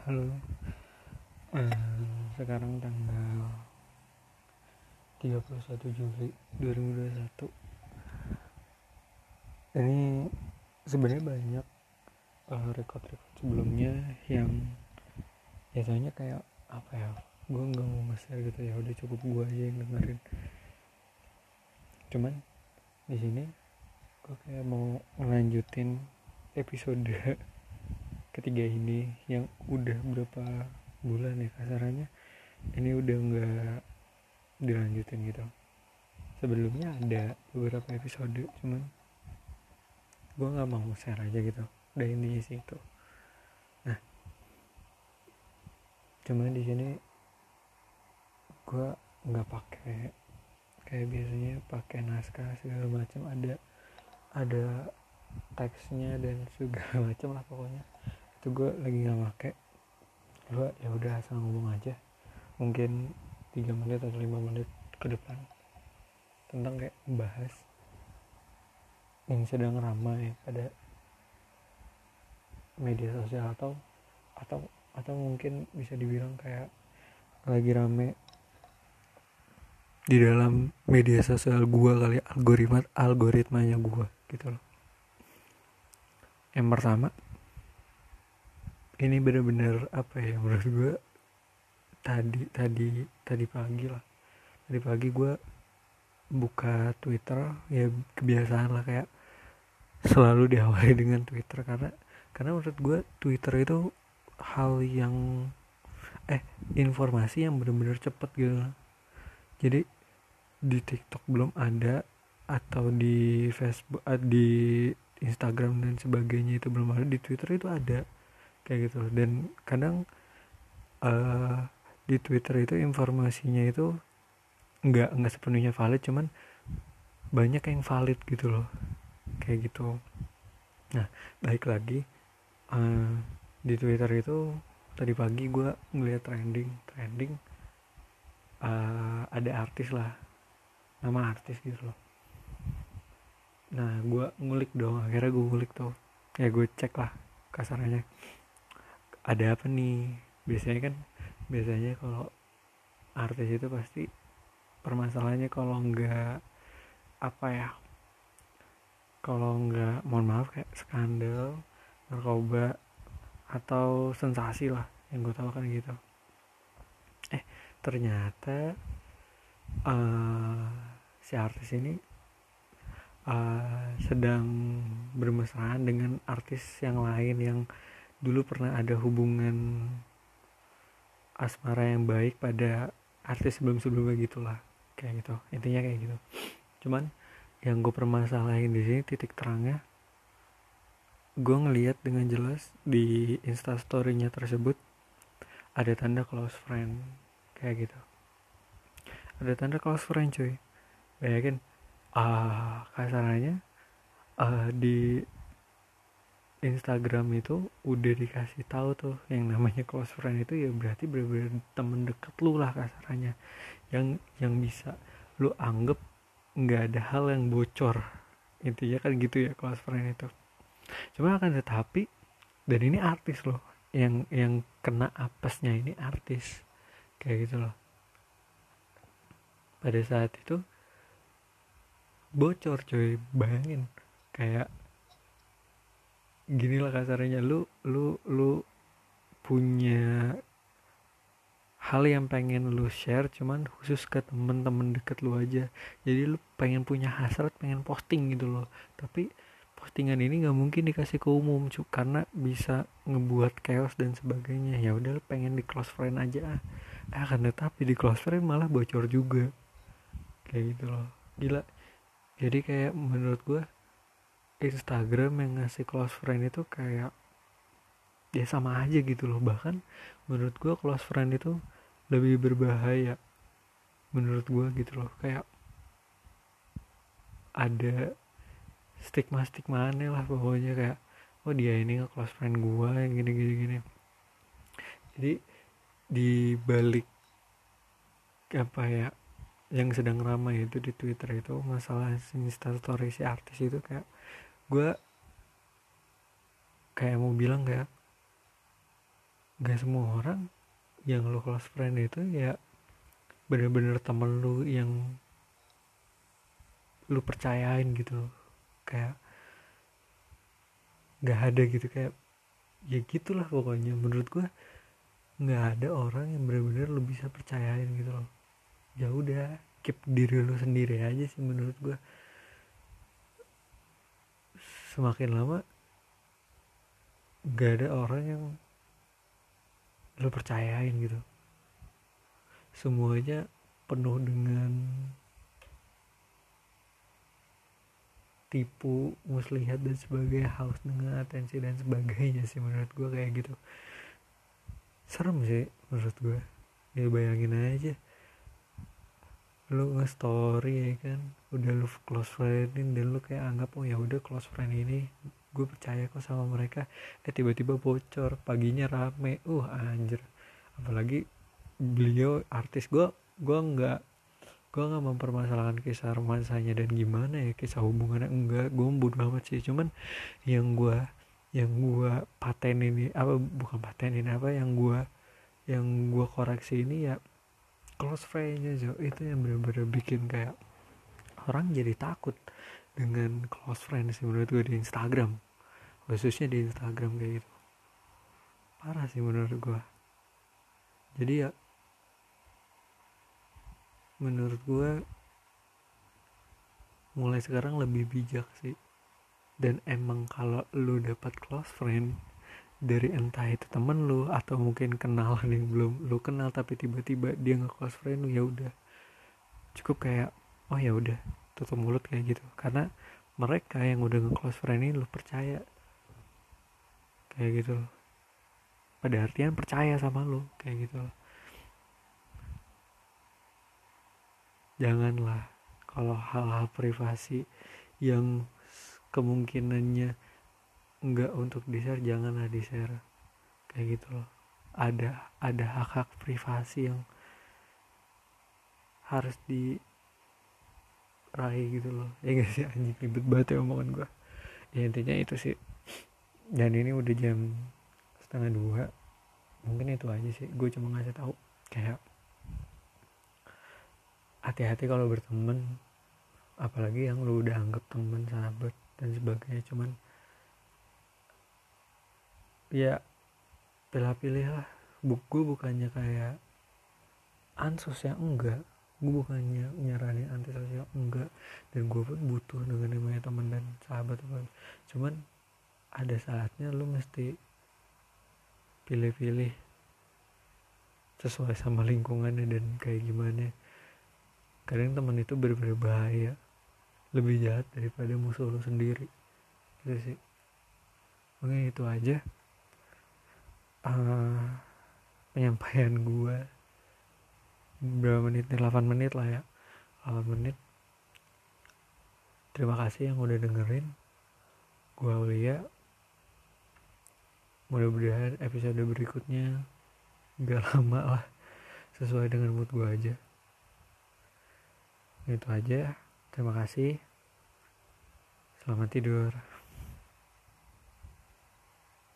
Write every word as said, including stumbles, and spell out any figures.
Halo, eh, sekarang tanggal tiga puluh satu Juli dua ribu dua puluh satu. Ini sebenarnya banyak eh, record-record sebelumnya yang biasanya kayak apa ya? Gue nggak mau nge-share gitu, ya udah cukup gue aja yang dengerin. Cuman di sini gue kayak mau ngelanjutin episode ketiga ini yang udah berapa bulan ya kasarannya. Ini udah nggak dilanjutin gitu. Sebelumnya ada beberapa episode, cuman gue nggak mau share aja gitu. Udah intinya sih itu. Nah, cuman di sini gue nggak pakai kayak biasanya pakai naskah segala macam, ada ada teksnya dan segala macam lah pokoknya. Itu gue lagi nggak pakai. Gue ya udah asal ngomong aja. Mungkin tiga menit atau lima menit ke depan tentang kayak bahas yang sedang ramai pada media sosial, atau atau atau mungkin bisa dibilang kayak lagi rame di dalam media sosial gua kali, algoritma algoritmanya gua gitu loh. Yang pertama, ini bener-bener apa ya, menurut gua tadi tadi tadi pagi lah tadi pagi gua buka Twitter, ya kebiasaan lah kayak selalu diawali dengan Twitter, karena karena menurut gua Twitter itu hal yang eh informasi yang bener-bener cepet gitu. Jadi di TikTok belum ada, atau di Facebook, di Instagram dan sebagainya itu belum ada, di Twitter itu ada kayak gitu. Dan kadang uh, di Twitter itu informasinya itu nggak nggak sepenuhnya valid, cuman banyak yang valid gitu loh, kayak gitu. Nah, balik lagi, uh, di Twitter itu tadi pagi gue ngeliat trending trending uh, ada artis lah, nama artis gitu loh. Nah, gue ngulik dong, akhirnya gue ngulik tuh, ya gue cek lah kasarnya ada apa nih. Biasanya kan biasanya kalau artis itu pasti permasalahannya kalau nggak apa ya, kalau nggak, mohon maaf, kayak skandal narkoba atau sensasi lah, yang gue tahu kan gitu. Eh ternyata uh, si artis ini uh, sedang bermesraan dengan artis yang lain yang dulu pernah ada hubungan asmara yang baik pada artis sebelum-sebelumnya gitulah, kayak gitu intinya, kayak gitu. Cuman yang gue permasalahin di sini, titik terangnya, gue ngelihat dengan jelas di instastorynya tersebut ada tanda close friend, kayak gitu. Ada tanda close friend cuy. Bayangin, ah kasarannya uh, di Instagram itu udah dikasih tahu tuh yang namanya close friend itu ya berarti bener-bener temen deket lu lah kasarannya, yang yang bisa lu anggap nggak ada hal yang bocor, intinya kan gitu ya close friend itu. Cuma akan tetapi, dan ini artis loh, yang yang kena apesnya ini artis, kayak gitu loh. Pada saat itu bocor coy, bayangin kayak gini lah kasarnya, lu lu lu punya hal yang pengen lu share cuman khusus ke temen-temen deket lu aja. Jadi lu pengen punya hasrat pengen posting gitu loh, tapi postingan ini nggak mungkin dikasih ke umum cu, karena bisa ngebuat chaos dan sebagainya. Ya udah, lu pengen di close friend aja, ah kan, tetapi di close friend malah bocor juga, kayak gitu loh. Gila. Jadi kayak menurut gue Instagram yang ngasih close friend itu kayak ya sama aja gitu loh. Bahkan menurut gue close friend itu lebih berbahaya menurut gue gitu loh. Kayak ada stigma-stigma aneh lah pokoknya, kayak oh dia ini nggak close friend gue yang gini-gini gini. Jadi di balik apa ya yang sedang ramai itu di Twitter itu masalah instastory si artis itu, kayak gue kayak mau bilang kayak gak semua orang yang lu close friend itu ya bener-bener temen lu yang lu percayain gitu loh. Kayak gak ada gitu, kayak ya gitulah pokoknya. Menurut gue nggak ada orang yang benar-benar lu bisa percayain gitu loh. Ya udah, keep diri lu sendiri aja sih menurut gue. Semakin lama nggak ada orang yang lu percayain gitu. Semuanya penuh dengan tipu, muslihat dan sebagainya, haus dengan atensi dan sebagainya sih menurut gue kayak gitu. Serem sih menurut gue. Ya bayangin aja lu nge-story ya kan, udah lu close friendin dan lu kayak anggap oh ya udah close friend ini gue percaya kok sama mereka, eh tiba-tiba bocor paginya rame. Uh anjir, apalagi beliau artis. Gue gue nggak gue nggak mempermasalahkan kisah romansanya dan gimana ya kisah hubungannya, enggak, gue bodo amat sih. Cuman yang gue yang gue patenin ini apa bukan patenin apa yang gue yang gue koreksi ini ya close friendnya Jo, itu yang benar-benar bikin kayak orang jadi takut dengan close friend sih menurut gue di Instagram, khususnya di Instagram kayak gitu. Parah sih menurut gue. Jadi ya menurut gue mulai sekarang lebih bijak sih. Dan emang kalau lu dapat close friend dari entah itu temen lu atau mungkin kenalan yang belum lu kenal tapi tiba-tiba dia nge-close friend lu, ya udah cukup kayak oh ya udah tutup mulut kayak gitu. Karena mereka yang udah nge-close friend ini lu percaya kayak gitu loh. Pada artian percaya sama lu kayak gitu loh. Janganlah kalau hal-hal privasi yang kemungkinannya enggak untuk di-share, janganlah di-share kayak gitu loh. Ada ada hak-hak privasi yang harus diraih gitu loh. Ya gak sih, anjing ribet banget ya omongan gue. Ya intinya itu sih. Dan ini udah jam setengah dua. Mungkin itu aja sih. Gue cuma ngasih tahu kayak hati-hati kalau berteman, apalagi yang lu udah anggap teman, sahabat dan sebagainya. Cuman ya pilih-pilih lah. Gue bukannya kayak ansos ya, enggak. Gue bukannya nyaranin antisosial, enggak. Dan gue pun butuh dengan namanya teman dan sahabat. Cuman ada saatnya lu mesti pilih-pilih sesuai sama lingkungannya dan kayak gimana. Kadang teman itu bener-bener bahaya, lebih jahat daripada musuh lu sendiri. Gitu sih. Mungkin itu aja uh, penyampaian gue. Berapa menit nih? delapan menit lah ya. delapan menit. Terima kasih yang udah dengerin. Gue Aulia. Mudah-mudahan episode berikutnya gak lama lah, sesuai dengan mood gue aja. Itu aja. Terima kasih. Selamat tidur.